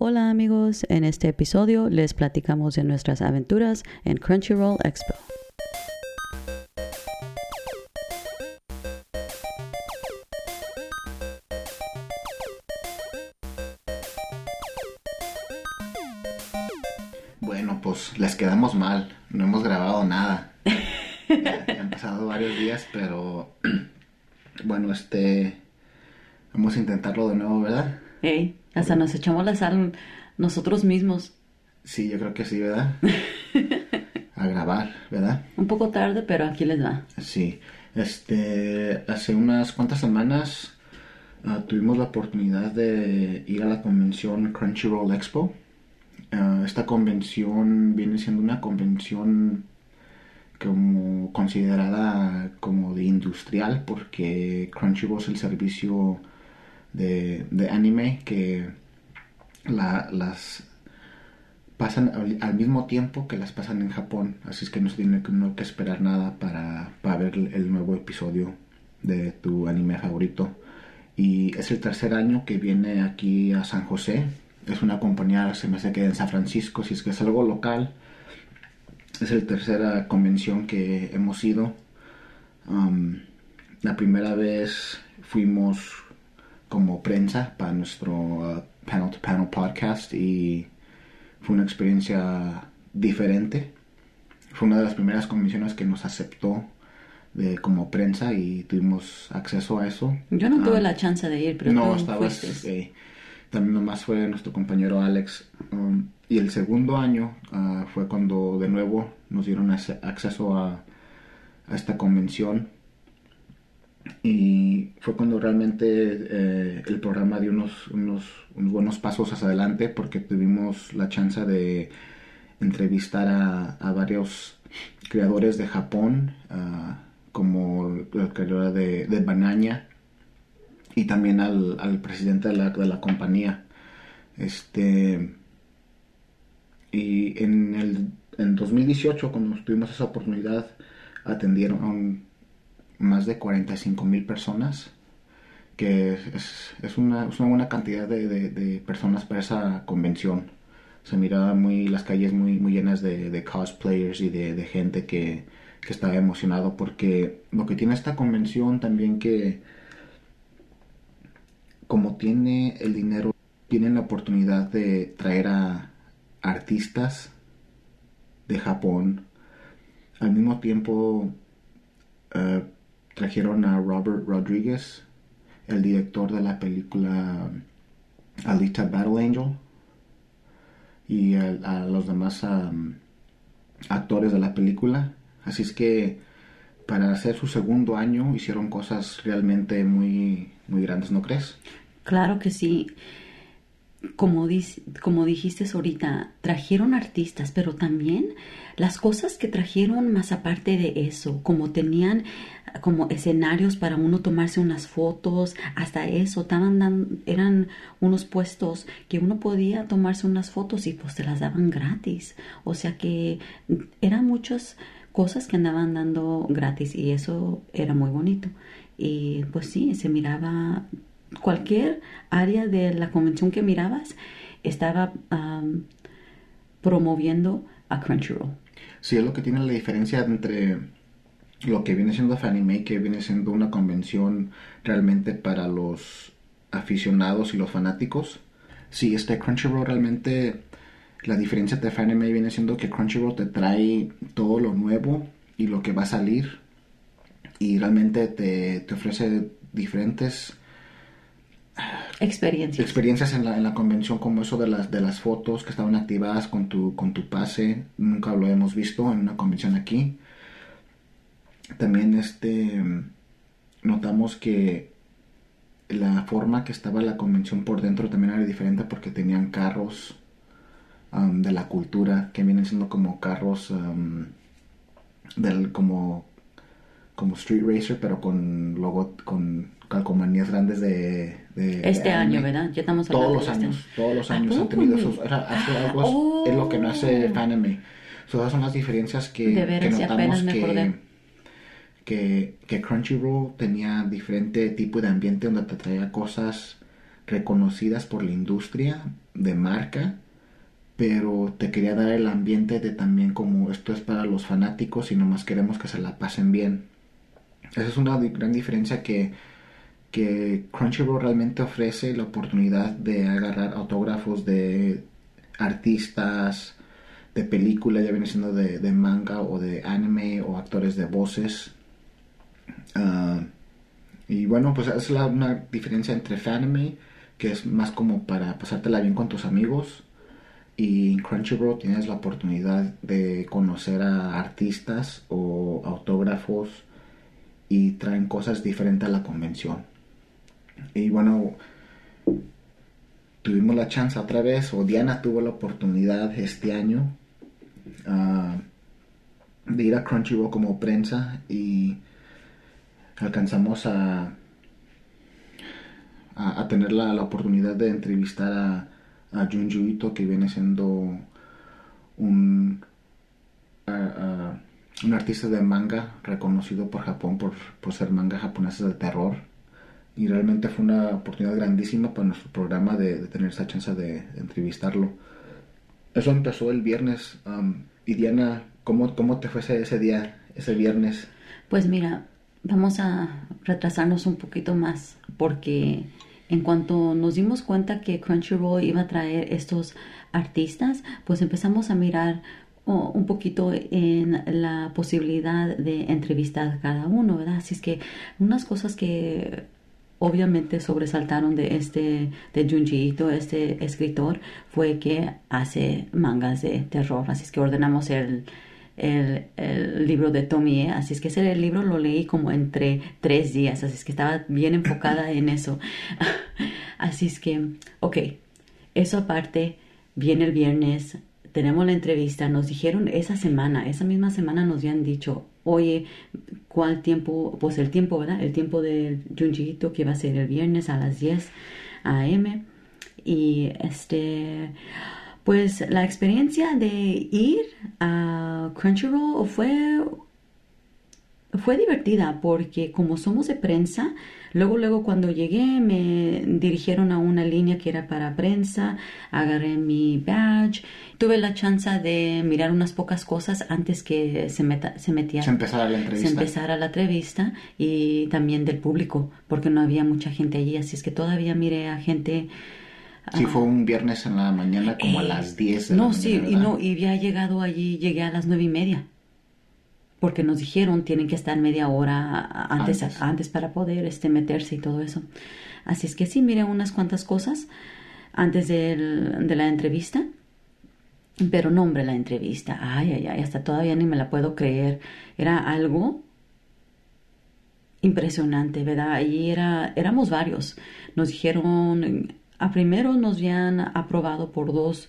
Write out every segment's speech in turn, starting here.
Hola amigos, en este episodio les platicamos de nuestras aventuras en Crunchyroll Expo. Bueno, pues les quedamos mal, no hemos grabado nada. Ya han pasado varios días, pero bueno, vamos a intentarlo de nuevo, ¿verdad? Hey, hasta nos echamos la sal nosotros mismos. Sí, yo creo que sí, ¿verdad? A grabar, ¿verdad? Un poco tarde, pero aquí les va. Sí, hace unas cuantas semanas tuvimos la oportunidad de ir a la convención Crunchyroll Expo. Esta convención viene siendo una convención como considerada como de industrial, porque Crunchyroll es el servicio de anime que las pasan al mismo tiempo que las pasan en Japón, así es que no se tiene uno que esperar nada para ver el nuevo episodio de tu anime favorito. Y es el tercer año que viene aquí a San José. Es una compañía, se me hace que en San Francisco, si es que es algo local. Es la tercera convención que hemos ido. La primera vez fuimos como prensa para nuestro Panel to Panel podcast y fue una experiencia diferente. Fue una de las primeras convenciones que nos aceptó como prensa y tuvimos acceso a eso. Yo no tuve la chance de ir, pero no, tú estabas, fuiste. también nomás fue nuestro compañero Alex. Y el segundo año fue cuando de nuevo nos dieron acceso a esta convención. Y fue cuando realmente el programa dio unos buenos pasos hacia adelante, porque tuvimos la chance de entrevistar a varios creadores de Japón, como el creador de Bananya, y también al presidente de la compañía. Y en 2018, cuando tuvimos esa oportunidad, atendieron más de 45,000 personas, que es una buena cantidad de personas para esa convención. Se miraba las calles muy llenas de cosplayers y de gente que estaba emocionado, porque lo que tiene esta convención también, que como tiene el dinero, tienen la oportunidad de traer a artistas de Japón. Al mismo tiempo trajeron a Robert Rodriguez, el director de la película Alita Battle Angel, y a los demás actores de la película. Así es que para hacer su segundo año hicieron cosas realmente muy grandes, ¿no crees? Claro que sí. Como dijiste ahorita, trajeron artistas, pero también las cosas que trajeron más aparte de eso, como tenían como escenarios para uno tomarse unas fotos, hasta eso, eran unos puestos que uno podía tomarse unas fotos y pues te las daban gratis. O sea que eran muchas cosas que andaban dando gratis y eso era muy bonito. Y pues sí, se miraba cualquier área de la convención que mirabas estaba promoviendo a Crunchyroll. Sí, es lo que tiene la diferencia entre lo que viene siendo Fanime, que viene siendo una convención realmente para los aficionados y los fanáticos. Sí, Crunchyroll realmente, la diferencia de Fanime viene siendo que Crunchyroll te trae todo lo nuevo y lo que va a salir, y realmente te ofrece diferentes experiencias en la convención, como eso de las fotos que estaban activadas con tu pase. Nunca lo hemos visto en una convención aquí. También notamos que la forma que estaba la convención por dentro también era diferente, porque tenían carros de la cultura, que vienen siendo como carros como Street Racer, pero con logo, con calcomanías grandes de año, ¿verdad? Ya estamos hablando hablando todos los años han tenido esos. Es lo que no hace Fanime. Esas son las diferencias que notamos, que Crunchyroll tenía diferente tipo de ambiente, donde te traía cosas reconocidas por la industria de marca, pero te quería dar el ambiente de también como esto es para los fanáticos y nomás queremos que se la pasen bien. Esa es una gran diferencia que Crunchyroll realmente ofrece la oportunidad de agarrar autógrafos de artistas, de película, ya viene siendo de manga o de anime o actores de voces. Y bueno, pues es una diferencia entre Fanime, que es más como para pasártela bien con tus amigos, y en Crunchyroll tienes la oportunidad de conocer a artistas o autógrafos y traen cosas diferentes a la convención. Y bueno, tuvimos la chance otra vez, o Diana tuvo la oportunidad este año de ir a Crunchyroll como prensa y alcanzamos a tener la oportunidad de entrevistar a Junji Ito, que viene siendo un, un artista de manga reconocido por Japón por ser manga japoneses de terror. Y realmente fue una oportunidad grandísima para nuestro programa de tener esa chance de entrevistarlo. Eso empezó el viernes. Y Diana, ¿cómo te fue ese día, ese viernes? Pues mira, vamos a retrasarnos un poquito más porque en cuanto nos dimos cuenta que Crunchyroll iba a traer estos artistas, pues empezamos a mirar un poquito en la posibilidad de entrevistar a cada uno, ¿verdad? Así es que unas cosas que obviamente sobresaltaron de Junji Ito, este escritor, fue que hace mangas de terror. Así es que ordenamos el libro de Tomie, así es que ese libro lo leí como entre 3 días, así es que estaba bien enfocada en eso. Así es que, ok, eso aparte, viene el viernes, tenemos la entrevista, nos dijeron esa misma semana nos habían dicho, oye, ¿cuál tiempo? Pues el tiempo, ¿verdad? El tiempo del Junji Ito, que va a ser el viernes a las 10 a.m. Y pues la experiencia de ir a Crunchyroll fue divertida porque como somos de prensa, luego cuando llegué me dirigieron a una línea que era para prensa, agarré mi badge, tuve la chance de mirar unas pocas cosas antes que se empezara la entrevista y también del público, porque no había mucha gente allí, así es que todavía miré a gente. Sí, fue un viernes en la mañana como a las 10 de la mañana, Sí, ¿verdad? y había llegado allí, llegué a las 9:30. Porque nos dijeron tienen que estar media hora antes para poder meterse y todo eso. Así es que sí, miré unas cuantas cosas antes de la entrevista. Pero no, hombre, la entrevista, ay, hasta todavía ni me la puedo creer. Era algo impresionante, ¿verdad? Allí éramos varios. Nos dijeron, a primero nos habían aprobado por dos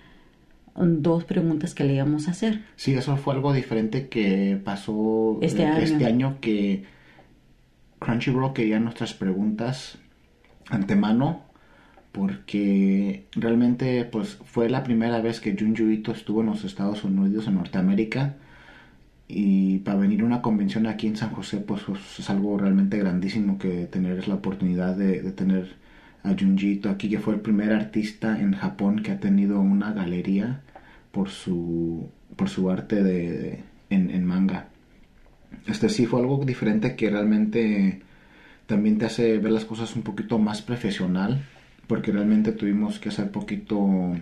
preguntas que le íbamos a hacer. Sí, eso fue algo diferente que pasó este año, que Crunchyroll quería nuestras preguntas antemano, porque realmente pues fue la primera vez que Junji Ito estuvo en los Estados Unidos, en Norteamérica, y para venir a una convención aquí en San José pues es algo realmente grandísimo que tener la oportunidad de tener a Junji Ito aquí, que fue el primer artista en Japón que ha tenido una galería por su arte en manga. Sí fue algo diferente que realmente también te hace ver las cosas un poquito más profesional, porque realmente tuvimos que hacer poquito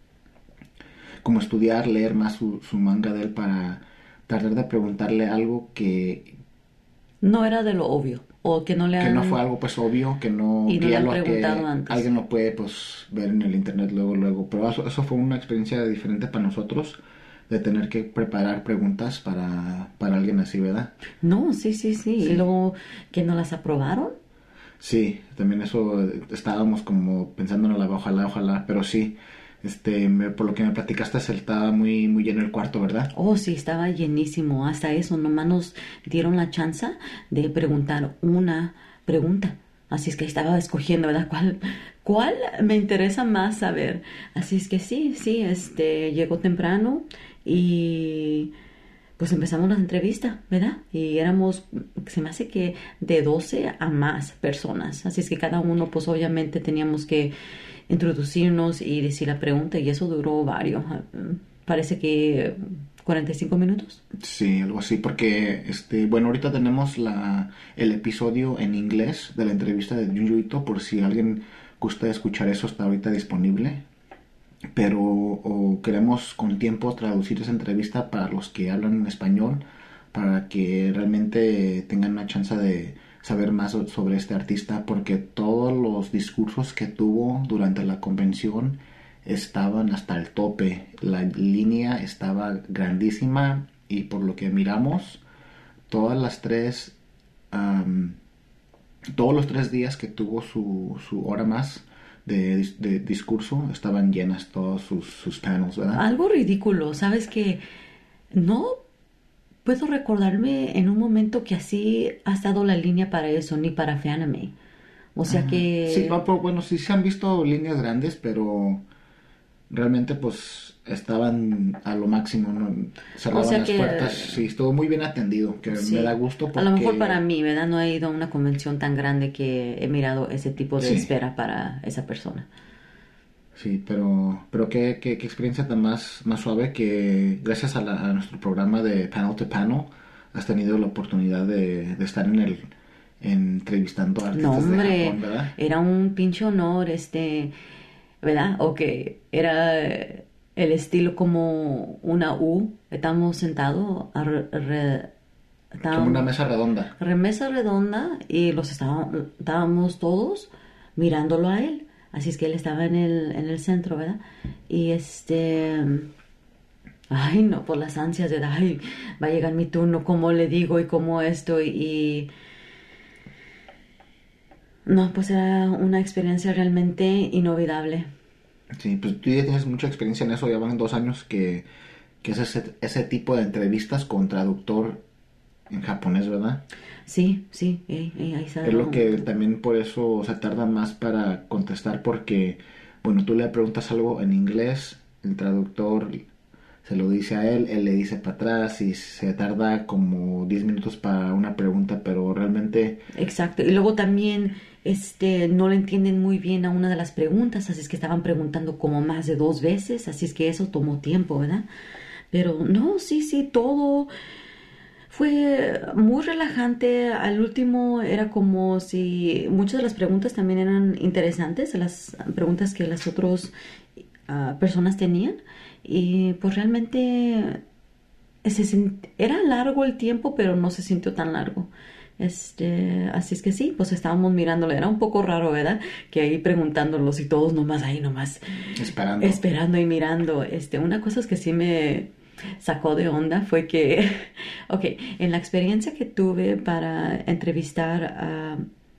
como estudiar, leer más su manga de él para tratar de preguntarle algo que no era de lo obvio, o que no le que no fue algo pues obvio, que no, y no que le ya han lo preguntado que antes. alguien lo puede pues ver en el internet luego, pero eso fue una experiencia diferente para nosotros, de tener que preparar preguntas para alguien así, ¿verdad? No, sí. Y luego que no las aprobaron. Sí, también eso estábamos como pensando en la ojalá, pero sí, por lo que me platicaste, estaba muy lleno el cuarto, ¿verdad? Oh, sí, estaba llenísimo. Hasta eso, nomás nos dieron la chance de preguntar una pregunta. Así es que estaba escogiendo, ¿verdad? ¿Cuál me interesa más saber? Así es que sí, llegó temprano y pues empezamos la entrevista, ¿verdad? Y éramos, se me hace que de 12 a más personas. Así es que cada uno, pues obviamente teníamos que introducirnos y decir la pregunta y eso duró varios. Parece que 45 minutos. Sí, algo así, porque bueno, ahorita tenemos el episodio en inglés de la entrevista de Junji Ito, por si alguien gusta escuchar eso, está ahorita disponible. Pero queremos con tiempo traducir esa entrevista para los que hablan en español, para que realmente tengan una chance de saber más sobre este artista, porque todos los discursos que tuvo durante la convención estaban hasta el tope. La línea estaba grandísima y por lo que miramos, todas las tres, todos los 3 días que tuvo su hora más de discurso estaban llenas todos sus panels, ¿verdad? Algo ridículo, ¿sabes? Que no puedo recordarme en un momento que así ha estado la línea para eso, ni para Fanime. O sea que... Sí, bueno, sí se han visto líneas grandes, pero realmente pues estaban a lo máximo, ¿no? Cerraban O sea las que... puertas, sí, estuvo muy bien atendido, que Sí. me da gusto porque... A lo mejor para mí, ¿verdad? No he ido a una convención tan grande que he mirado ese tipo de Sí. espera para esa persona. Sí, pero qué experiencia tan más suave que gracias a nuestro programa de Panel to Panel has tenido la oportunidad de estar entrevistando a No, artistas de hombre, Japón, ¿verdad? era un pinche honor, ¿verdad? O que era el estilo como una U. Estábamos sentados, Como una mesa redonda. remesa redonda y estábamos todos mirándolo a él. Así es que él estaba en el centro, ¿verdad? Y ay, no, por las ansias de, ay, va a llegar mi turno, cómo le digo y cómo esto y no, pues era una experiencia realmente inolvidable. Sí, pues tú ya tienes mucha experiencia en eso, ya van 2 años que es ese tipo de entrevistas con traductor en japonés, ¿verdad? Sí, sí, ahí está. Es lo que también por eso se tarda más para contestar porque, bueno, tú le preguntas algo en inglés, el traductor se lo dice a él le dice para atrás y se tarda como 10 minutos para una pregunta, pero realmente... Exacto. Y luego también, no le entienden muy bien a una de las preguntas, así es que estaban preguntando como más de 2 veces, así es que eso tomó tiempo, ¿verdad? Pero no, sí, todo fue muy relajante. Al último era como si muchas de las preguntas también eran interesantes, las preguntas que las otras personas tenían. Y pues realmente era largo el tiempo, pero no se sintió tan largo. Así es que sí, pues estábamos mirándolo. Era un poco raro, ¿verdad? Que ahí preguntándolos y todos nomás esperando y mirando. Una cosa que sí me sacó de onda fue que, ok, en la experiencia que tuve para entrevistar a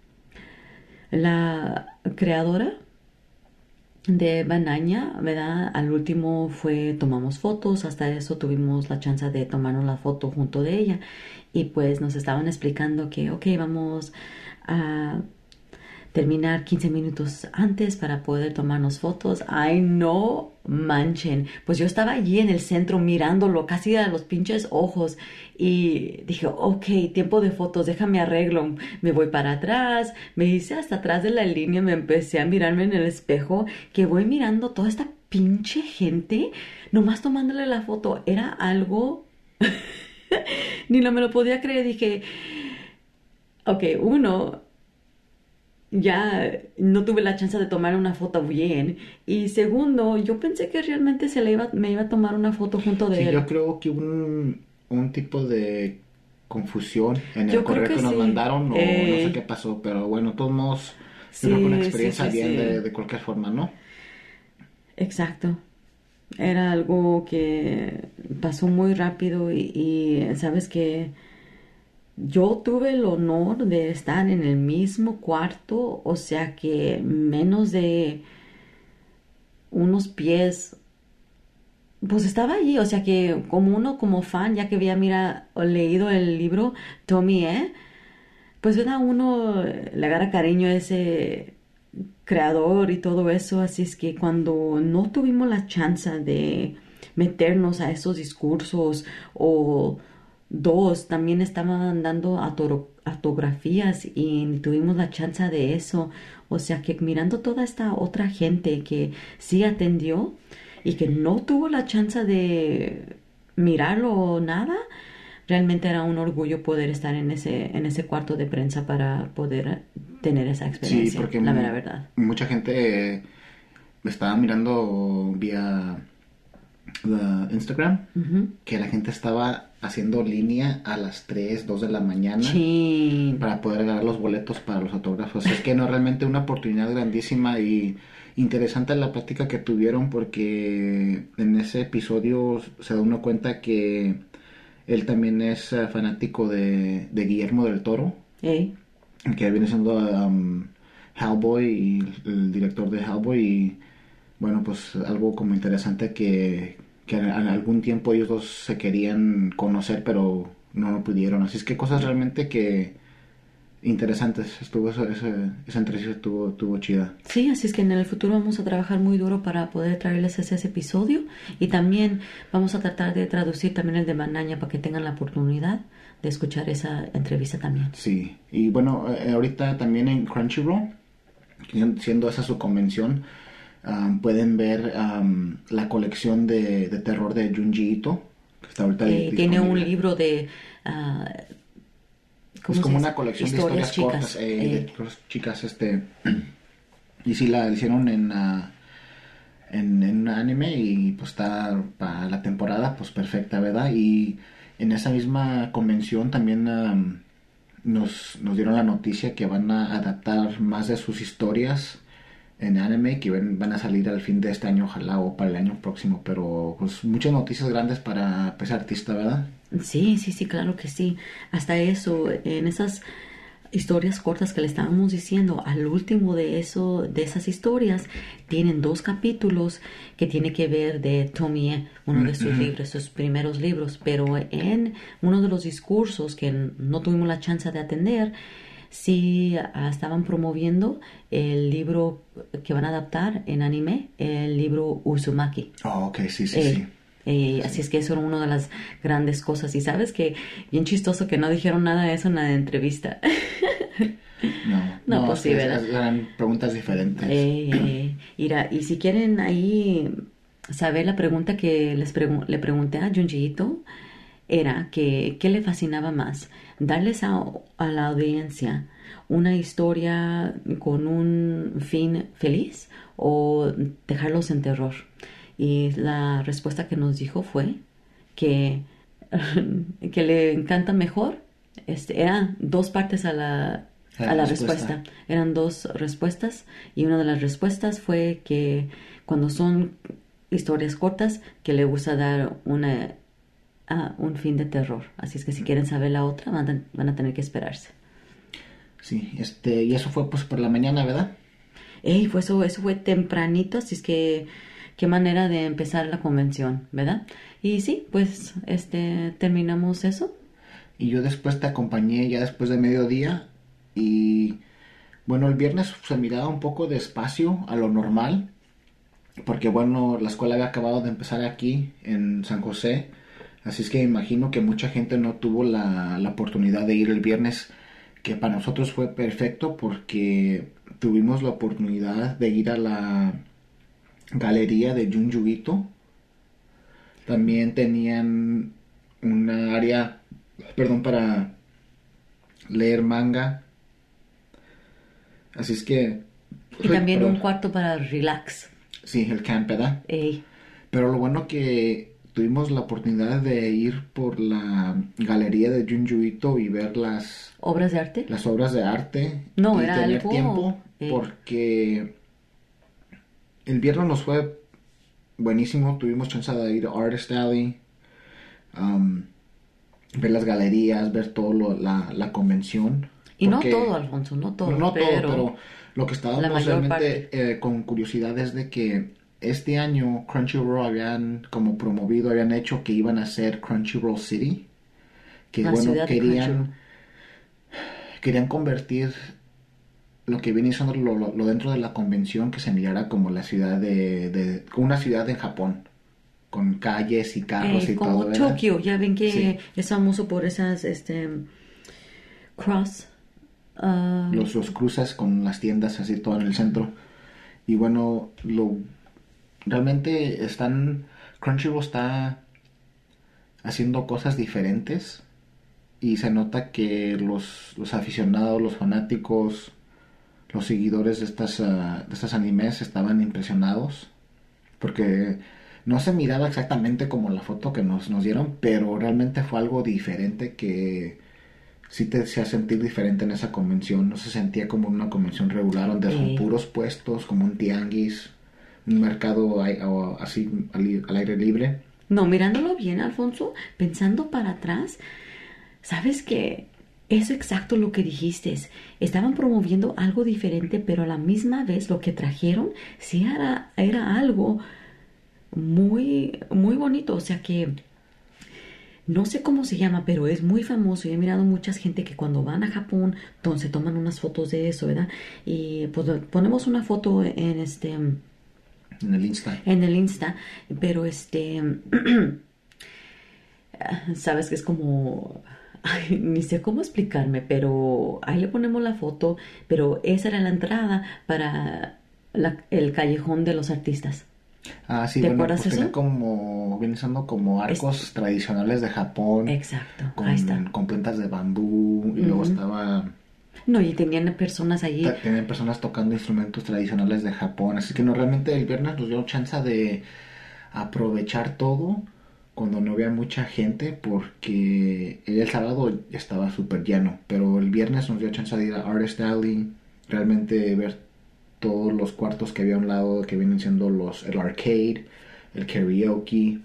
la creadora de Banaña, ¿verdad? Al último tomamos fotos, hasta eso tuvimos la chance de tomarnos la foto junto de ella y pues nos estaban explicando que, ok, vamos a terminar 15 minutos antes para poder tomarnos fotos. Ay, no manchen. Pues yo estaba allí en el centro mirándolo casi a los pinches ojos y dije, ok, tiempo de fotos, déjame arreglo. Me voy para atrás, me hice hasta atrás de la línea, me empecé a mirarme en el espejo, que voy mirando toda esta pinche gente, nomás tomándole la foto. Era algo... Ni me lo podía creer. Dije, ok, ya no tuve la chance de tomar una foto bien. Y segundo, yo pensé que realmente me iba a tomar una foto junto de Sí, él. yo creo que hubo un tipo de confusión en el Yo correo creo que que nos sí. mandaron o no sé qué pasó, pero bueno, de todos modos, yo creo que una Sí, experiencia bien sí. de cualquier forma, ¿no? Exacto. Era algo que pasó muy rápido y sabes que yo tuve el honor de estar en el mismo cuarto, o sea que menos de unos pies, pues estaba allí, o sea que como uno como fan, ya que había leído el libro Tommy, pues a uno le agarra cariño a ese creador y todo eso, así es que cuando no tuvimos la chance de meternos a esos discursos o Dos, también estaban dando autografías y tuvimos la chance de eso. O sea que mirando toda esta otra gente que sí atendió y que no tuvo la chance de mirarlo o nada, realmente era un orgullo poder estar en ese cuarto de prensa para poder tener esa Sí, experiencia, porque la mera verdad. mucha gente me estaba mirando vía Instagram, Ujú. que la gente estaba haciendo línea a las 3 2 de la mañana Chin. para poder ganar los boletos para los autógrafos. Es que no, realmente una oportunidad grandísima y interesante la plática que tuvieron, porque en ese episodio se da uno cuenta que él también es fanático de Guillermo del Toro, Ey. que viene siendo Hellboy y el director de Hellboy. Y bueno, pues algo como interesante que en algún tiempo ellos dos se querían conocer, pero no lo pudieron. Así es que cosas realmente que interesantes. Esa entrevista estuvo chida. Sí, así es que en el futuro vamos a trabajar muy duro para poder traerles ese episodio y también vamos a tratar de traducir también el de Manaña para que tengan la oportunidad de escuchar esa entrevista también. Sí, y bueno, ahorita también en Crunchyroll, siendo esa su convención, pueden ver la colección de terror de Junji Ito, que está ahorita Tiene un disponible. libro de, ah, Es ¿cómo se como dice? una colección de Historias historias cortas, chicas. de chicas, y sí la hicieron en un anime y pues está para la temporada pues perfecta, ¿verdad? Y en esa misma convención también nos dieron la noticia que van a adaptar más de sus historias en anime, que van a salir al fin de este año, ojalá, o para el año próximo. Pero pues muchas noticias grandes para ese artista, ¿verdad? Sí, sí, sí, claro que sí. Hasta eso, en esas historias cortas que le estábamos diciendo, al último de eso, de esas historias, tienen dos capítulos que tiene que ver de Tomie, uno de sus libros, sus primeros libros, pero en uno de los discursos que no tuvimos la chance de atender, sí estaban promoviendo el libro que van a adaptar en anime, el libro Uzumaki. Oh, ok, sí, sí, sí. Así es que eso era una de las grandes cosas. Y sabes que bien chistoso que no dijeron nada de eso en la entrevista. No, No, no, pues es sí, que ¿verdad? eran preguntas diferentes. Mira, y si quieren ahí saber la pregunta que le pregunté a Junji Ito, era que ¿qué le fascinaba más? ¿Darles a la audiencia una historia con un fin feliz o dejarlos en terror? Y la respuesta que nos dijo fue que, que le encanta mejor. Eran dos partes a la respuesta. Eran dos respuestas y una de las respuestas fue que cuando son historias cortas que le gusta dar un fin de terror. Así es que si quieren saber la otra van a tener que esperarse. Sí, y eso fue pues por la mañana, ¿verdad? Eso fue tempranito, así es que qué manera de empezar la convención, ¿verdad? Y sí, pues terminamos eso. Y yo después te acompañé ya después de mediodía. Y bueno, el viernes se miraba un poco despacio a lo normal, porque bueno, la escuela había acabado de empezar aquí en San José. Así es que imagino que mucha gente no tuvo la oportunidad de ir el viernes, que para nosotros fue perfecto porque tuvimos la oportunidad de ir a la galería de Junji Ito. También tenían una área, perdón, para leer manga. Así es que, Y también un perdón, cuarto para relax. sí, el camp, ¿verdad? Ey, Pero lo bueno que tuvimos la oportunidad de ir por la galería de Junji Ito y ver obras de arte. las obras de arte No, y era tener algo. tiempo, porque el viernes nos fue buenísimo. Tuvimos chance de ir a Artist Alley, um, ver las galerías, ver todo la convención. Y no Porque todo, Alfonso, no todo, no todo, pero pero lo que la estábamos mayor realmente parte. con curiosidad es de que este año Crunchyroll habían como promovido, habían hecho que iban a hacer Crunchyroll City, que La bueno, ciudad de Crunchyroll. querían convertir lo que viene siendo lo dentro de la convención, que se mirara como la ciudad una ciudad en Japón. con calles y carros y como todo, ¿verdad? Tokio, ya ven que Sí. es famoso por esas, cross, Los cruces con las tiendas así todo en el centro. Y bueno, realmente Crunchyroll está haciendo cosas diferentes y se nota que los aficionados, los fanáticos, los seguidores de estas animes estaban impresionados porque no se miraba exactamente como la foto que nos dieron, pero realmente fue algo diferente que sí te hacía sentir diferente en esa convención. No se sentía como una convención regular donde son puros puestos, como un tianguis, un mercado así al aire libre. No, mirándolo bien, Alfonso, pensando para atrás, sabes que es exacto lo que dijiste. Estaban promoviendo algo diferente, pero a la misma vez lo que trajeron sí era algo muy, muy bonito. O sea que no sé cómo se llama, pero es muy famoso. Y he mirado mucha gente que cuando van a Japón, entonces toman unas fotos de eso, ¿verdad? Y pues ponemos una foto En el Insta. en el Insta, pero sabes que es como, ay, ni sé cómo explicarme, pero ahí le ponemos la foto, pero esa era la entrada para el callejón de los artistas. Ah, sí, ¿Te bueno, acuerdas pues eso? viene siendo como arcos tradicionales de Japón, Exacto, ahí está. con plantas de bambú, y luego No, y tenían personas allí. tienen personas tocando instrumentos tradicionales de Japón, así que no, realmente el viernes nos dio chance de aprovechar todo cuando no había mucha gente, porque el sábado estaba súper lleno, pero el viernes nos dio chance de ir a Artist Alley, realmente ver todos los cuartos que había a un lado, que vienen siendo el arcade, el karaoke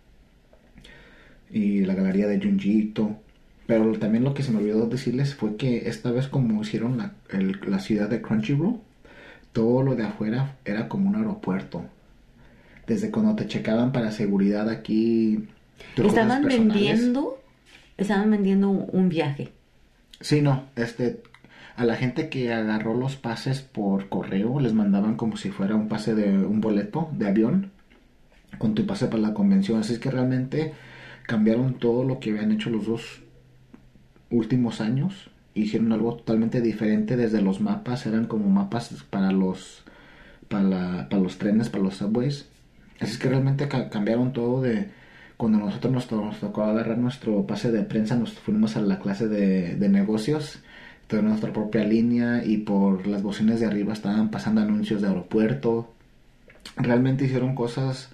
y la galería de Junji Ito. Pero también lo que se me olvidó decirles fue que esta vez, como hicieron la ciudad de Crunchyroll, todo lo de afuera era como un aeropuerto. Desde cuando te checaban para seguridad aquí, tus cosas Estaban personales. vendiendo, estaban vendiendo un viaje. Sí, no, a la gente que agarró los pases por correo les mandaban como si fuera un pase de un boleto de avión con tu pase para la convención. Así es que realmente cambiaron todo lo que habían hecho los dos últimos años. Hicieron algo totalmente diferente. Desde los mapas eran como mapas para los trenes, para los subways. Así es que realmente cambiaron todo de cuando nosotros nos tocó agarrar nuestro pase de prensa, nos fuimos a la clase de negocios, tuvimos nuestra propia línea y por las bocinas de arriba estaban pasando anuncios de aeropuerto. Realmente hicieron cosas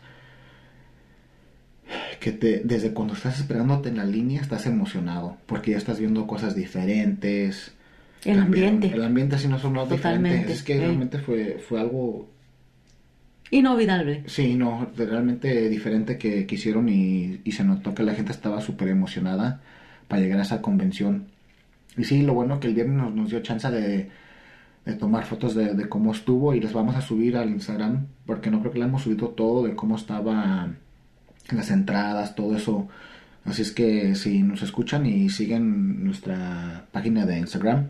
que desde cuando estás esperándote en la línea estás emocionado porque ya estás viendo cosas diferentes. El ambiente. El ambiente así no son nada Totalmente. diferente. Es que realmente fue algo. Inolvidable. Sí, no, realmente diferente que hicieron y se notó que la gente estaba súper emocionada para llegar a esa convención. Y sí, lo bueno que el viernes nos dio chance de tomar fotos de cómo estuvo y les vamos a subir al Instagram porque no creo que le hemos subido todo de cómo estaba las entradas, todo eso. Así es que si nos escuchan y siguen nuestra página de Instagram,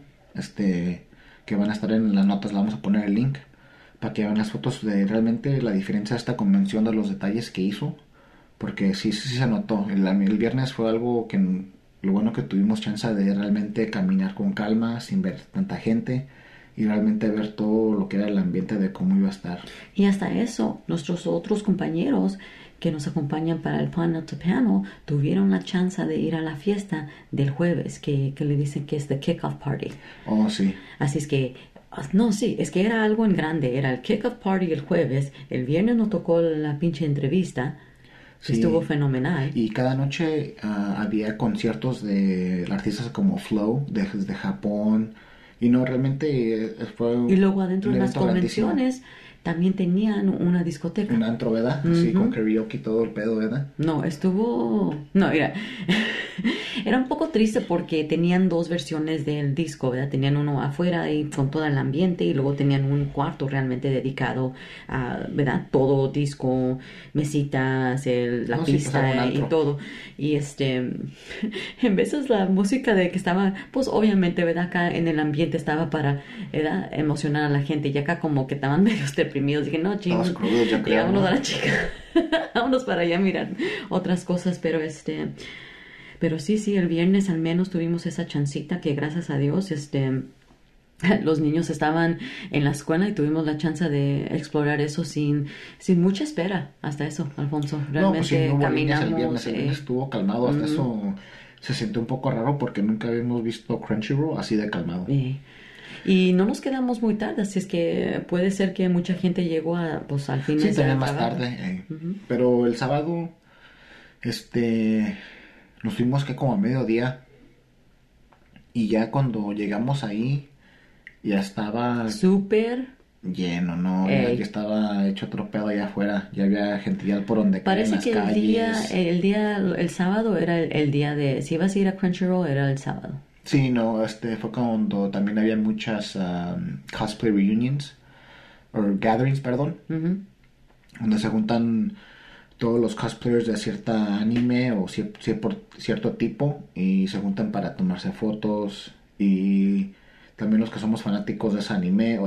que van a estar en las notas, le vamos a poner el link para que vean las fotos de realmente la diferencia de esta convención, de los detalles que hizo, porque sí se notó. El viernes fue algo que lo bueno que tuvimos chance de realmente caminar con calma, sin ver tanta gente y realmente ver todo lo que era el ambiente de cómo iba a estar. Y hasta eso, nuestros otros compañeros que nos acompañan para el panel to panel tuvieron la chance de ir a la fiesta del jueves, que le dicen que es the kickoff party. Oh, sí. Así es que, no, sí, es que era algo en grande. Era el kickoff party el jueves. El viernes nos tocó la pinche entrevista. Sí. Estuvo fenomenal. Y cada noche había conciertos de artistas como Flow, desde Japón. Y no, realmente fue y luego adentro de las convenciones grandísimo. También tenían una discoteca. Un antro, ¿verdad? Así con karaoke y todo el pedo, ¿verdad? No, estuvo... No, mira, era un poco triste porque tenían dos versiones del disco, ¿verdad? Tenían uno afuera y con todo el ambiente y luego tenían un cuarto realmente dedicado a, ¿verdad? Todo disco, mesitas, la pista y todo. Y en veces la música de que estaba, pues obviamente, ¿verdad? Acá en el ambiente estaba para, ¿verdad? Emocionar a la gente y acá como que estaban medio deprimidos. Dije, no, chingos, llevámonos a la chica. Vámonos para allá a mirar otras cosas, pero pero sí, el viernes al menos tuvimos esa chancita que gracias a Dios, los niños estaban en la escuela y tuvimos la chance de explorar eso sin mucha espera. Hasta eso, Alfonso. No, pues sí, Realmente no hubo líneas caminamos. el viernes estuvo calmado, hasta eso se sintió un poco raro porque nunca habíamos visto Crunchyroll así de calmado. Y no nos quedamos muy tarde, así es que puede ser que mucha gente llegó pues al fin Sí, de también más trabajo. tarde, pero el sábado, nos fuimos que como a mediodía y ya cuando llegamos ahí ya estaba Súper. lleno, ¿no? Ya estaba hecho otro pedo allá afuera, ya había gente ya por donde caer en Parece las que calles. el sábado era el día de, si ibas a ir a Crunchyroll era el sábado. Sí, no, fue cuando también había muchas cosplay reunions, o gatherings, perdón, Ujú. donde se juntan todos los cosplayers de cierta anime o por cierto tipo y se juntan para tomarse fotos y también los que somos fanáticos de ese anime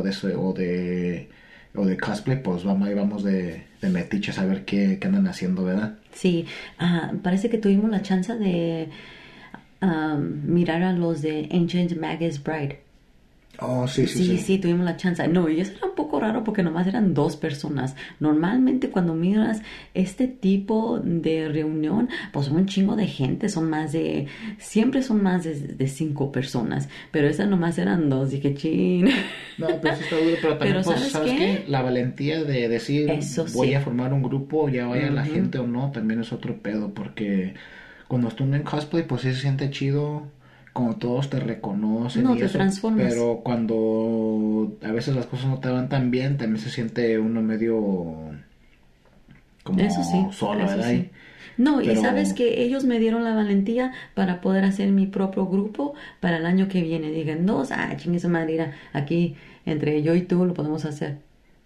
o de cosplay, pues vamos, ahí vamos de metiches a ver qué andan haciendo, ¿verdad? Sí, parece que tuvimos la chance de mirar a los de Ancient Magus Bride. Oh, sí, sí, sí. Sí, tuvimos la chance. No, y eso era un poco raro porque nomás eran dos personas. Normalmente cuando miras este tipo de reunión, pues son un chingo de gente, siempre son más de 5 personas, pero esas nomás eran dos. Dije, chin. No, pero sí está duro, pero también, Pero pues, ¿sabes ¿sabes qué? qué? La valentía de decir, Eso voy sí. a formar un grupo, ya vaya la Ujú. gente o no, también es otro pedo, porque cuando estás en cosplay, pues sí se siente chido, como todos te reconocen No, y te eso, transformas. pero cuando a veces las cosas no te van tan bien, también se siente uno medio Eso sí, como solo, eso ¿verdad? sí. No, y sabes Pero que ellos me dieron la valentía para poder hacer mi propio grupo para el año que viene. Digan, dos, chingue su madre, mira, aquí entre yo y tú lo podemos hacer.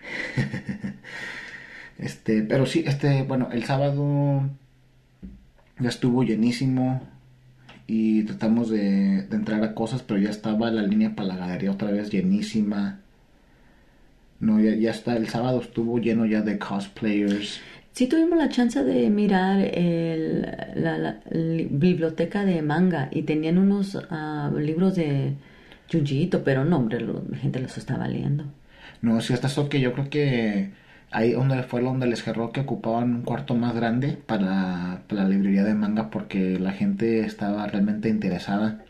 pero sí, bueno, el sábado ya estuvo llenísimo y tratamos de entrar a cosas, pero ya estaba la línea para la galería otra vez llenísima. No, ya está, el sábado estuvo lleno ya de cosplayers. Sí tuvimos la chance de mirar la biblioteca de manga y tenían unos libros de Junjiito, pero no, hombre, la gente los estaba leyendo. No, sí, hasta eso que yo creo que ahí donde fue donde les cerró que ocupaban un cuarto más grande para la librería de manga porque la gente estaba realmente interesada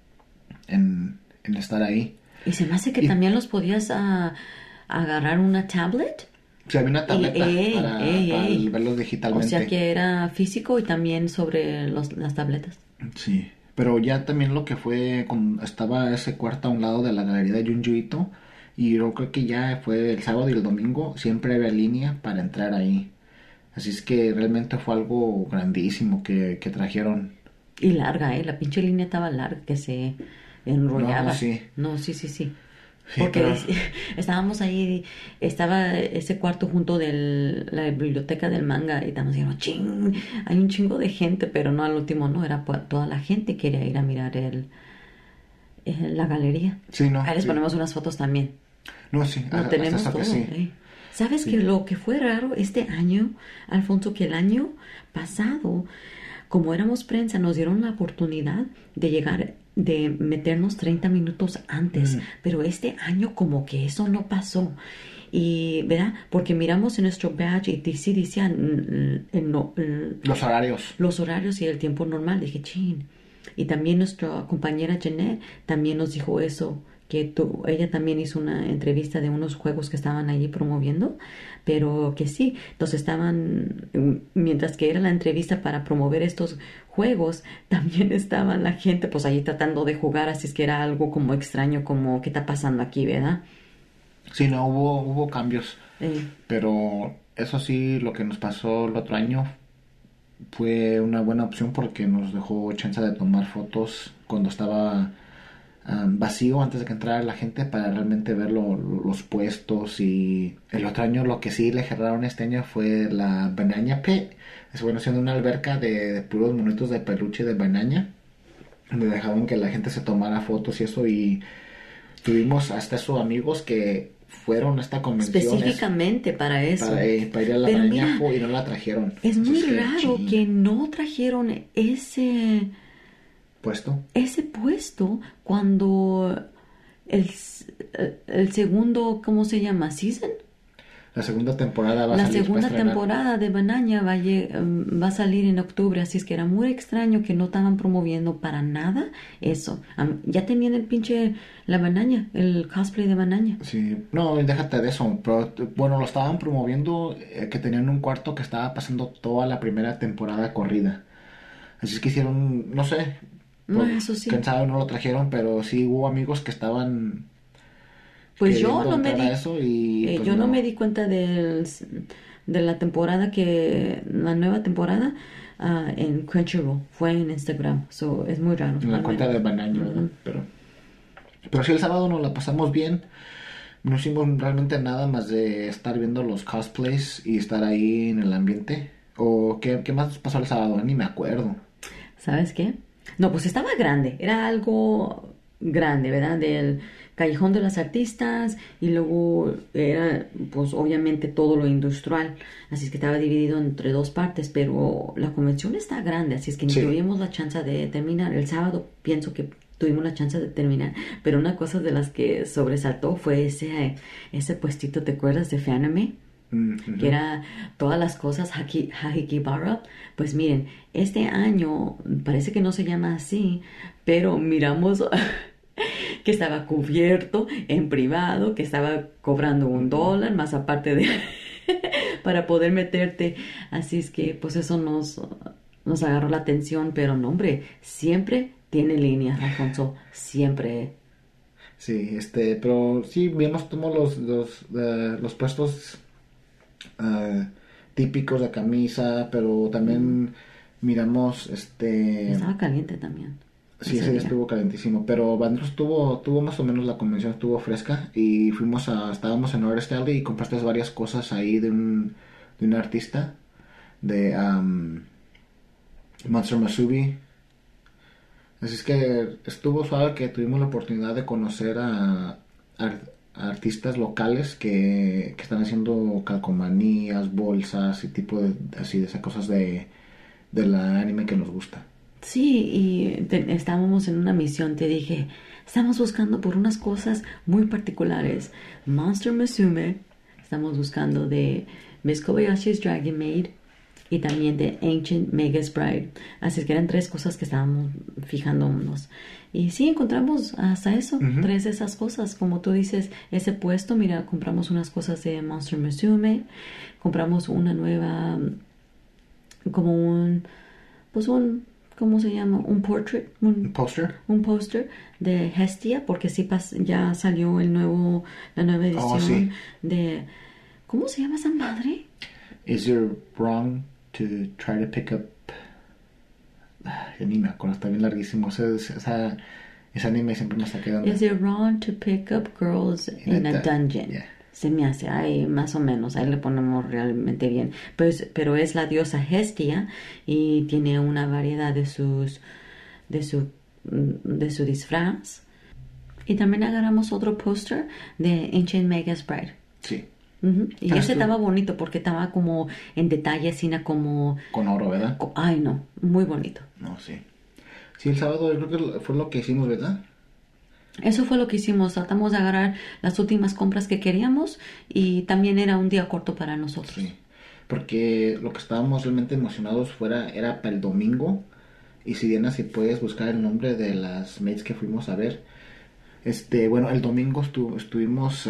en estar ahí. Y se me hace que Y también los podías agarrar una tablet. sí, había una Y, tableta para ey. verlos O sea digitalmente. que era físico y también sobre las tabletas. Sí, pero ya también lo que fue, estaba ese cuarto a un lado de la galería de Junji Ito, y yo creo que ya fue el sábado y el domingo, siempre había línea para entrar ahí. Así es que realmente fue algo grandísimo que trajeron. Y larga, la pinche línea estaba larga que se No, enrollaba. sí, No, sí. sí, Porque pero estábamos ahí, estaba ese cuarto junto de la biblioteca del manga y estábamos diciendo, ching, hay un chingo de gente, pero no al último, no, era toda la gente quería ir a mirar la galería. sí, no, Ahí les sí, ponemos unas fotos también. no, sí, No hasta tenemos eso que todo. sí, ¿Sabes que sí. lo que fue raro este año, Alfonso, que el año pasado, como éramos prensa, nos dieron la oportunidad de llegar, de meternos 30 minutos antes, Mm, pero este año como que eso no pasó. Y, ¿verdad? Porque miramos en nuestro badge y sí decían los horarios, los horarios y el tiempo normal. Dije, chin. Y también nuestra compañera Jeanette también nos dijo eso, que ella también hizo una entrevista de unos juegos que estaban allí promoviendo, pero que sí, entonces estaban, mientras que era la entrevista para promover estos juegos, también estaba la gente pues allí tratando de jugar, así es que era algo como extraño, como, ¿qué está pasando aquí, verdad? sí, no, hubo cambios, Eh, pero eso sí, lo que nos pasó el otro año fue una buena opción porque nos dejó chance de tomar fotos cuando estaba vacío antes de que entrara la gente para realmente ver los puestos. Y el otro año lo que sí le cerraron este año fue la Banana Pit. Es bueno, siendo una alberca de puros monitos de peluche de banana, donde dejaban que la gente se tomara fotos y eso, y tuvimos hasta esos amigos que fueron a esta convención específicamente para eso. para ir a la Pero Araña mira, Expo y no la trajeron. es muy Entonces, raro ching, que no trajeron puesto. ese puesto cuando el, el segundo, ¿cómo se llama? ¿Season? La segunda temporada va a La salir, va a segunda estrenar. temporada de Bananya va a salir en octubre, así es que era muy extraño que no estaban promoviendo para nada eso. Ya tenían la Bananya, el cosplay de Bananya. Sí, no, déjate de eso, pero bueno, lo estaban promoviendo que tenían un cuarto que estaba pasando toda la primera temporada corrida. Así es que hicieron, no sé, No, por eso quién sí. sabe no lo trajeron, pero sí hubo amigos que estaban Pues queriendo entrar a eso y pues yo no me no. di cuenta de la temporada la nueva temporada en Crunchyroll, fue en Instagram, so es muy raro En la cuenta de Banaño, ¿verdad? Ujú. Pero sí, el sábado nos la pasamos bien. No hicimos realmente nada más de estar viendo los cosplays y estar ahí en el ambiente. ¿O qué más pasó el sábado? Ni me acuerdo. ¿Sabes qué? No, pues estaba grande, era algo grande, ¿verdad? Del Callejón de las Artistas y luego era, pues obviamente todo lo industrial, así es que estaba dividido entre dos partes, pero la convención está grande, así es que ni Sí. tuvimos la chance de terminar. El sábado pienso que tuvimos la chance de terminar, pero una cosa de las que sobresaltó fue ese puestito, ¿te acuerdas de Fanime? Que era todas las cosas Hajikibara. Pues miren, este año parece que no se llama así, pero miramos que estaba cubierto en privado, que estaba cobrando $1 más aparte de para poder meterte. Así es que pues eso nos agarró la atención, pero no, hombre, siempre tiene líneas, Alfonso, siempre. Sí, pero sí, vimos todos los puestos típicos de camisa, pero también miramos, Estaba caliente también sí, ese ese día día. estuvo calentísimo, pero Banderos tuvo más o menos la convención, estuvo fresca y estábamos en Art Alley y compraste varias cosas ahí de un artista, de Monster Masubi. Así es que estuvo suave que tuvimos la oportunidad de conocer a artistas locales que están haciendo calcomanías, bolsas y tipo así de esas cosas de la anime que nos gusta. Sí, y estábamos en una misión, te dije, estamos buscando por unas cosas muy particulares. Monster Musume, estamos buscando de Miss Kobayashi's Dragon Maid y también de Ancient Magus Bride. Así es que eran tres cosas que estábamos fijándonos. Y sí, encontramos hasta eso, tres de esas cosas. Como tú dices, ese puesto, mira, compramos unas cosas de Monster Musume, compramos una nueva, como pues ¿cómo se llama? Un portrait, ¿Un poster? un póster de Hestia, porque sí ya salió la nueva Oh, edición sí. de, ¿cómo se llama esa madre? Is it wrong to try to pick up... Ya ni me acuerdo, está bien larguísimo. Ese anime siempre me está quedando. Is it wrong to pick up girls in a dungeon? Yeah. Se me hace, ahí más o menos, ahí le ponemos realmente bien. Pero es la diosa Hestia y tiene una variedad de su disfraz. Y también agarramos otro póster de Ancient Magus Bride. Sí. Y ese estaba bonito porque estaba como en detalle, así como... Con oro, ¿verdad? Ay, no, muy bonito. No, sí. Sí, el sábado yo creo que fue lo que hicimos, ¿verdad? Eso fue lo que hicimos, tratamos de agarrar las últimas compras que queríamos y también era un día corto para nosotros. Sí. Porque lo que estábamos realmente emocionados era para el domingo. Y si Diana, si puedes buscar el nombre de las mates que fuimos a ver. Bueno, el domingo estuvimos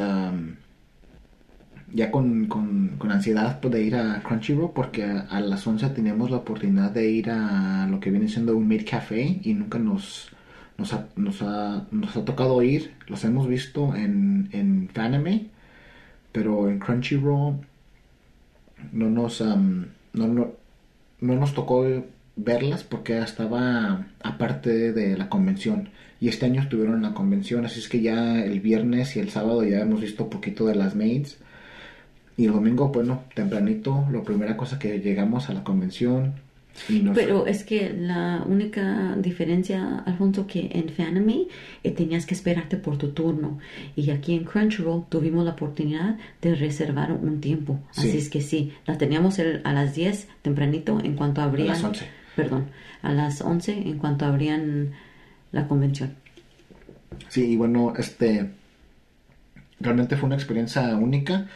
ya con ansiedad de ir a Crunchyroll porque a las 11 teníamos la oportunidad de ir a lo que viene siendo un Maid Café y nunca nos ha tocado ir. Los hemos visto en Fanime, pero en Crunchyroll no nos tocó verlas porque estaba aparte de la convención y este año estuvieron en la convención, así es que ya el viernes y el sábado ya hemos visto poquito de las maids y el domingo, bueno, tempranito, la primera cosa que llegamos a la convención, Y no sé. Pero es que la única diferencia, Alfonso, que en Fanime tenías que esperarte por tu turno. Y aquí en Crunchyroll tuvimos la oportunidad de reservar un tiempo. Sí. Así es que sí, la teníamos a las 10 tempranito en cuanto abrían. A las 11. Perdón, a las 11 en cuanto abrían la convención. Sí, y bueno, realmente fue una experiencia única,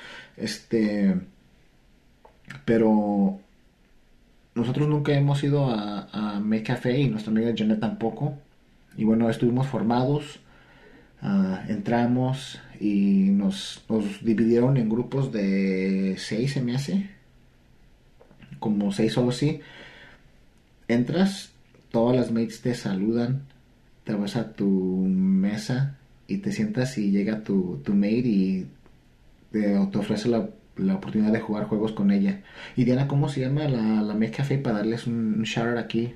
pero nosotros nunca hemos ido a Make Café y nuestra amiga Janet tampoco. Y bueno, estuvimos formados, entramos y nos dividieron en grupos de 6, se me hace, como 6 o así. Entras, todas las mates te saludan, te vas a tu mesa y te sientas y llega tu mate y te ofrece la oportunidad de jugar juegos con ella. Y Diana, ¿cómo se llama la Make Café para darles un shout out aquí?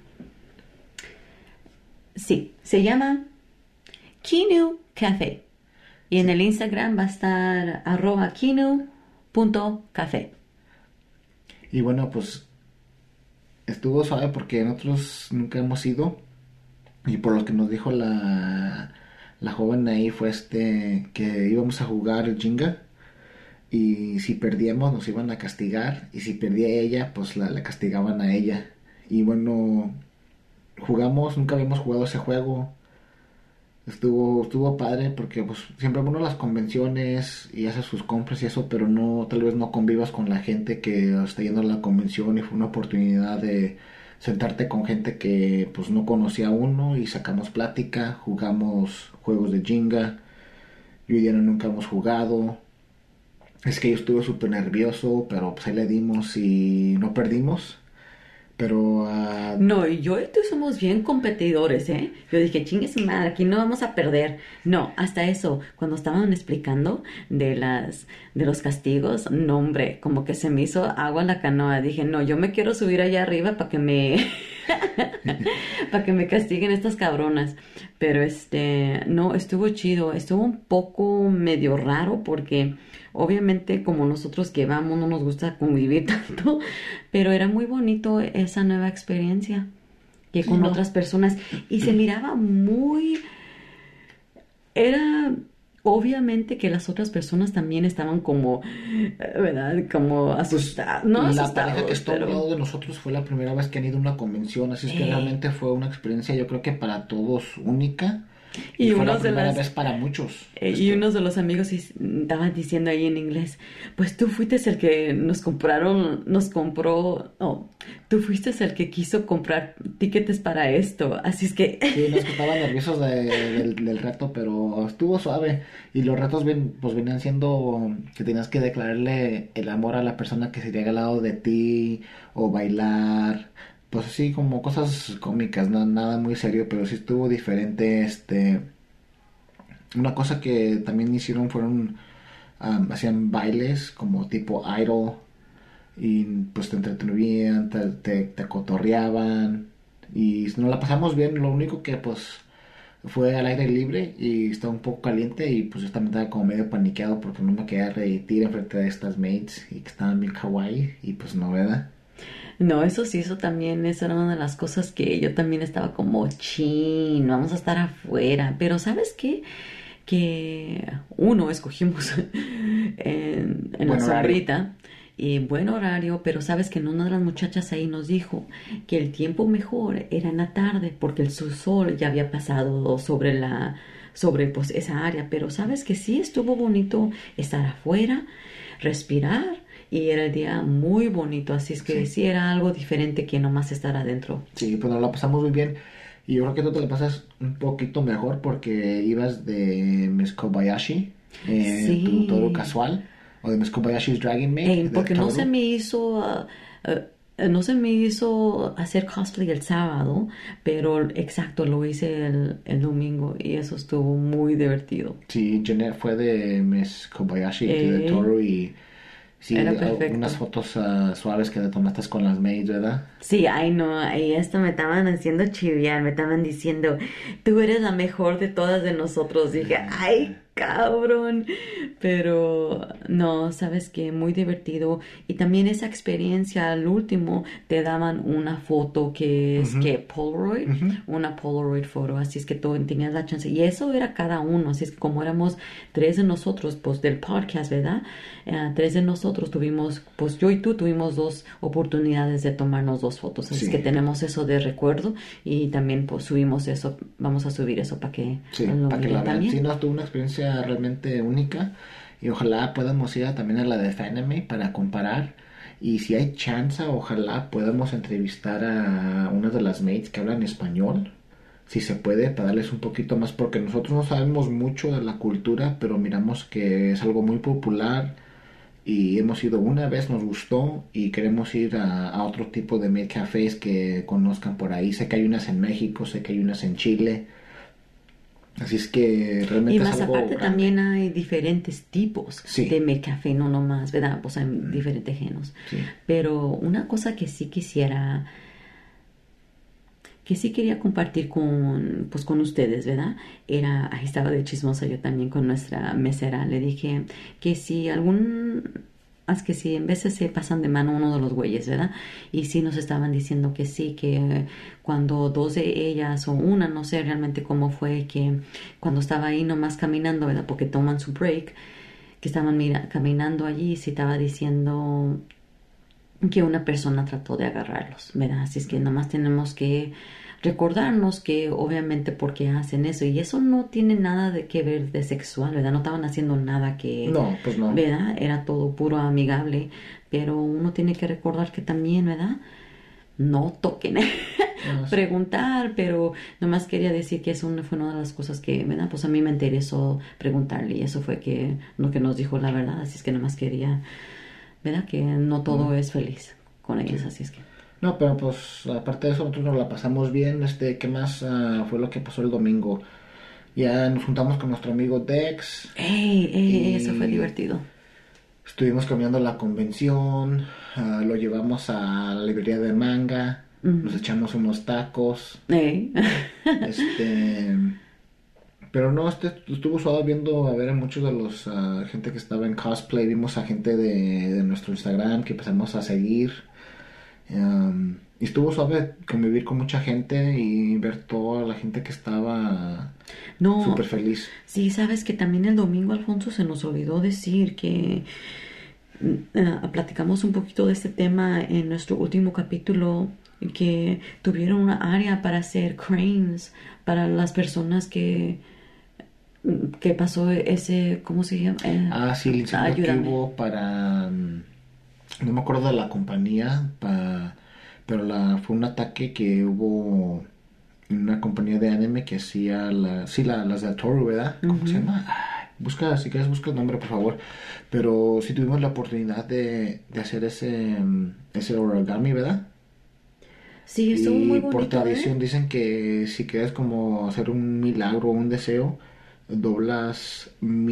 Sí, se llama Kinu Café. Y en el Instagram va a estar @kinu.café. Y bueno, pues estuvo suave porque nosotros nunca hemos ido. Y por lo que nos dijo la joven ahí fue que íbamos a jugar Jenga. Y si perdíamos nos iban a castigar. Y si perdía ella, pues la castigaban a ella. Y bueno, jugamos, nunca habíamos jugado ese juego. Estuvo padre porque pues siempre uno a las convenciones y hace sus compras y eso, pero no, tal vez no convivas con la gente que está yendo a la convención y fue una oportunidad de sentarte con gente que pues no conocía a uno y sacamos plática, jugamos juegos de Jenga. Yo y Diana nunca hemos jugado. Es que yo estuve súper nervioso, pero pues ahí le dimos y no perdimos. Pero No, y yo y tú somos bien competidores, ¿eh? Yo dije, chingue su madre, aquí no vamos a perder. No, hasta eso, cuando estaban explicando de los castigos, no, hombre, como que se me hizo agua en la canoa. Dije, no, yo me quiero subir allá arriba para que me para que me castiguen estas cabronas. Pero no, estuvo chido, estuvo un poco medio raro porque obviamente como nosotros que vamos no nos gusta convivir tanto, pero era muy bonito esa nueva experiencia que sí, con no. otras personas y se miraba muy... Era obviamente que las otras personas también estaban como, ¿verdad? Como asustadas, no la pareja que asustados, está a un lado pero... de nosotros fue la primera vez que han ido a una convención, así es que Eh, realmente fue una experiencia yo creo que para todos única y y fue la unos de primera las... vez para muchos. Y unos de los amigos estaban diciendo ahí en inglés, pues tú fuiste el que nos compró, no, tú fuiste el que quiso comprar tiquetes para esto, así es que... Sí, nos que estaban nerviosos del reto, pero estuvo suave. Y los retos pues venían siendo que tenías que declararle el amor a la persona que sería al lado de ti, o bailar, pues así como cosas cómicas, nada muy serio, pero sí estuvo diferente. Una cosa que también hicieron fueron, hacían bailes como tipo idol, y pues te entretenían, te cotorreaban, y nos la pasamos bien. Lo único que pues fue al aire libre y estaba un poco caliente y pues yo también estaba como medio paniqueado porque no me quería reír enfrente de estas mates y que estaban bien kawaii y pues no, ¿verdad? No, eso sí, eso también, eso era una de las cosas que yo también estaba como, chin, vamos a estar afuera, pero ¿sabes qué? Que uno escogimos en la Buen horario. sombrita y buen horario, pero sabes que una de las muchachas ahí nos dijo que el tiempo mejor era en la tarde porque el sol ya había pasado sobre pues esa área, pero sabes que sí estuvo bonito estar afuera, respirar y era el día muy bonito, así es que sí era algo diferente que nomás estar adentro. Sí, pues nos la pasamos muy bien. Y yo creo que tú te la pasas un poquito mejor porque ibas de Miss Kobayashi, tu toro Sí. casual, o de Miss Kobayashi's Dragon Maid, de Porque no se Toru. me hizo, no se me hizo hacer cosplay el sábado, pero exacto, lo hice el domingo y eso estuvo muy divertido. Sí, Janet fue de Miss Kobayashi, de Eh, Toru, y sí, Era unas perfecto. fotos suaves que te tomaste con las maids, ¿verdad? Sí, ay no, ahí esto me estaban haciendo chiviar, me estaban diciendo, tú eres la mejor de todas de nosotros. Dije, ay, cabrón. Pero no, sabes que muy divertido. Y también esa experiencia, al último, te daban una foto que es Ujú, que Polaroid, ujú. una Polaroid foto. Así es que tú tenías la chance. Y eso era cada uno. Así es que como éramos tres de nosotros, pues del podcast, ¿verdad? Tres de nosotros tuvimos, pues yo y tú tuvimos dos oportunidades de tomarnos dos fotos. Así es que Sí, tenemos eso de recuerdo y también pues subimos eso, vamos a subir eso para que sí, lo para que la miren vean. Sí, también. no, tuve una experiencia realmente única y ojalá podamos ir también a la de Fanime para comparar. Y si hay chance, ojalá podamos entrevistar a una de las mates que hablan español, si se puede, para darles un poquito más, porque nosotros no sabemos mucho de la cultura, pero miramos que es algo muy popular y hemos ido una vez, nos gustó y queremos ir a otro tipo de maid cafés que conozcan por ahí. Sé que hay unas en México, sé que hay unas en Chile. Así es que Y realmente es más algo aparte grande. también hay diferentes tipos de Sí, café, no nomás, ¿verdad? Pues hay diferentes genos. sí. Pero una cosa que sí quería compartir con, pues con ustedes, ¿verdad? Era, ahí estaba de chismosa yo también con nuestra mesera, le dije que si es que si en veces se pasan de mano uno de los güeyes, ¿verdad? Y sí nos estaban diciendo que sí, que cuando dos de ellas o una, no sé realmente cómo fue, que cuando estaba ahí nomás caminando, ¿verdad? Porque toman su break, que estaban caminando allí y se estaba diciendo que una persona trató de agarrarlos, ¿verdad? Así es que nomás tenemos que recordarnos que obviamente porque hacen eso y eso no tiene nada de que ver de sexual, ¿verdad? No estaban haciendo nada que, No, pues no. ¿verdad? Era todo puro amigable, pero uno tiene que recordar que también, ¿verdad? No toquen, No, sí. preguntar, pero nomás quería decir que eso fue una de las cosas que, ¿verdad? Pues a mí me interesó preguntarle y eso fue que lo que nos dijo la verdad, así es que nomás quería, ¿verdad? Que no todo Ujú, es feliz con ellos, sí. así es que. No, pero pues aparte de eso nosotros nos la pasamos bien. ¿Qué más fue lo que pasó el domingo? Ya nos juntamos con nuestro amigo Dex ¡Ey! Eso fue y divertido. estuvimos caminando la convención, lo llevamos a la librería de manga, nos Ujú. echamos unos tacos, ¡Ey! este, pero no, estuvo suave viendo a ver a muchos de los gente que estaba en cosplay, vimos a gente de nuestro Instagram que empezamos a seguir, y estuvo suave convivir con mucha gente y ver toda la gente que estaba súper No, feliz. sí, sabes que también el domingo, Alfonso, se nos olvidó decir que platicamos un poquito de este tema en nuestro último capítulo, que tuvieron una área para hacer cranes para las personas que pasó ese, ¿cómo se llama? Ah, sí, el incendio que Ayúdame. hubo para... no me acuerdo de la compañía, pero fue un ataque que hubo en una compañía de anime que hacía sí, las de Toru, ¿verdad? ¿Cómo se Ujú. llama? Ay, busca, si quieres, busca el nombre, por favor. Pero sí tuvimos la oportunidad de hacer ese origami, ¿verdad? Sí, estuvo muy Y por bonito, ¿eh? tradición dicen que si quieres como hacer un milagro o un deseo, doblas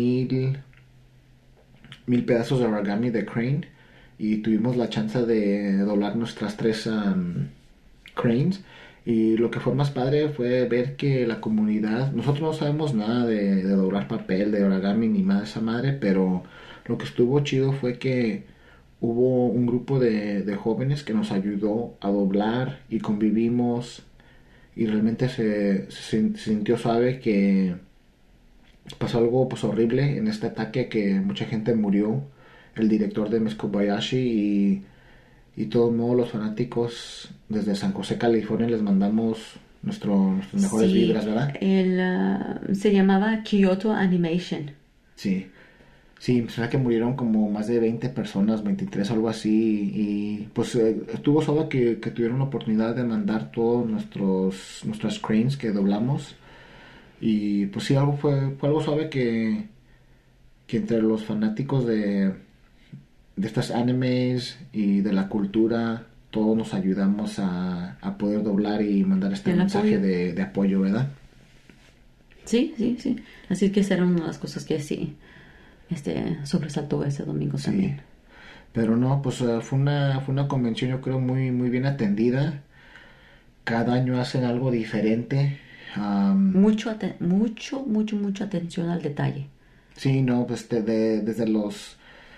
1000 pedazos de origami de crane y tuvimos la chance de doblar nuestras tres cranes y lo que fue más padre fue ver que la comunidad, nosotros no sabemos nada de doblar papel, de origami ni más de esa madre, pero lo que estuvo chido fue que hubo un grupo de jóvenes que nos ayudó a doblar y convivimos y realmente se sintió suave que pasó algo pues horrible en este ataque que mucha gente murió, el director de Miss Kobayashi y todos modos los fanáticos desde San José, California les mandamos nuestras mejores Sí, vibras, ¿verdad? se llamaba Kyoto Animation. Sí, sí, pues que murieron como más de 20 personas, 23 algo así y pues estuvo suave que tuvieron la oportunidad de mandar todos nuestras cranes que doblamos y pues sí, fue algo suave que entre los fanáticos de estas animes y de la cultura, todos nos ayudamos a poder doblar y mandar este El mensaje apoyo. de apoyo, ¿verdad? Sí, sí, sí. Así que esa era una de las cosas que sí, sobresaltó ese domingo Sí. también. Pero no, pues fue una convención yo creo muy, muy bien atendida. Cada año hacen algo diferente. Mucha atención al detalle. Sí, no, pues desde los...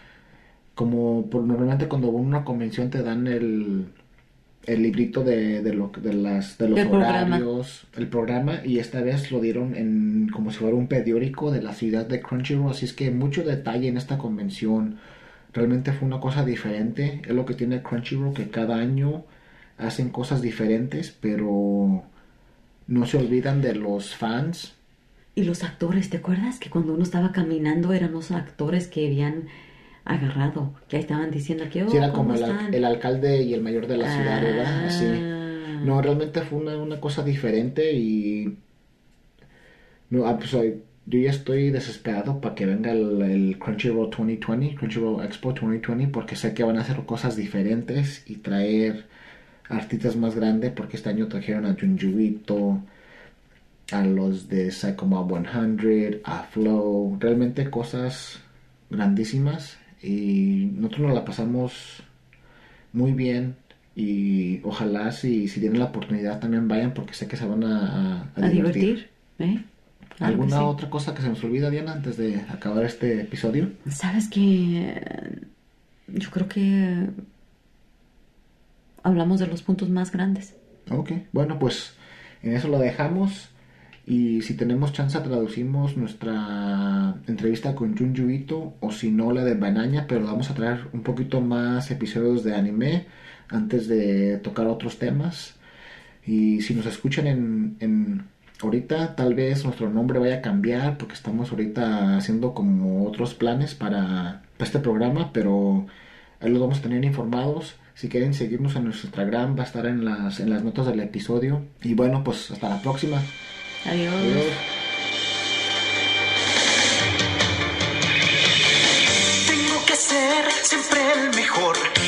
normalmente cuando van a una convención te dan el librito de los Del programa. horarios, el programa, y esta vez lo dieron en como si fuera un periódico de la ciudad de Crunchyroll, así es que mucho detalle en esta convención. Realmente fue una cosa diferente. Es lo que tiene Crunchyroll, que cada año hacen cosas diferentes, pero no se olvidan de los fans. Y los actores, ¿te acuerdas que cuando uno estaba caminando eran los actores que habían agarrado, que ahí estaban diciendo que, Sí, oh, era ¿cómo como están? el alcalde y el mayor de la ciudad, ¿verdad? Así. Ah, No, realmente fue una cosa diferente y no, pues, yo ya estoy desesperado para que venga el Crunchyroll 2020, Crunchyroll Expo 2020, porque sé que van a hacer cosas diferentes y traer artistas más grandes, porque este año trajeron a Junji Ito, a los de Psycho Mob 100, a Flow, realmente cosas grandísimas y nosotros nos la pasamos muy bien y ojalá si tienen la oportunidad también vayan porque sé que se van a a divertir. divertir, ¿eh? Claro que ¿Alguna sí. otra cosa que se nos olvida, Diana, antes de acabar este episodio? Sabes que yo creo que hablamos de los puntos más grandes. Ok, bueno, pues en eso lo dejamos y si tenemos chance traducimos nuestra entrevista con Junji Ito o si no la de Banaña, pero vamos a traer un poquito más episodios de anime antes de tocar otros temas. Y si nos escuchan en ahorita, tal vez nuestro nombre vaya a cambiar porque estamos ahorita haciendo como otros planes para este programa, pero ahí los vamos a tener informados. Si quieren seguirnos en nuestro Instagram, va a estar en las notas del episodio. Y bueno, pues hasta la próxima. Adiós. Adiós. Tengo que ser siempre el mejor.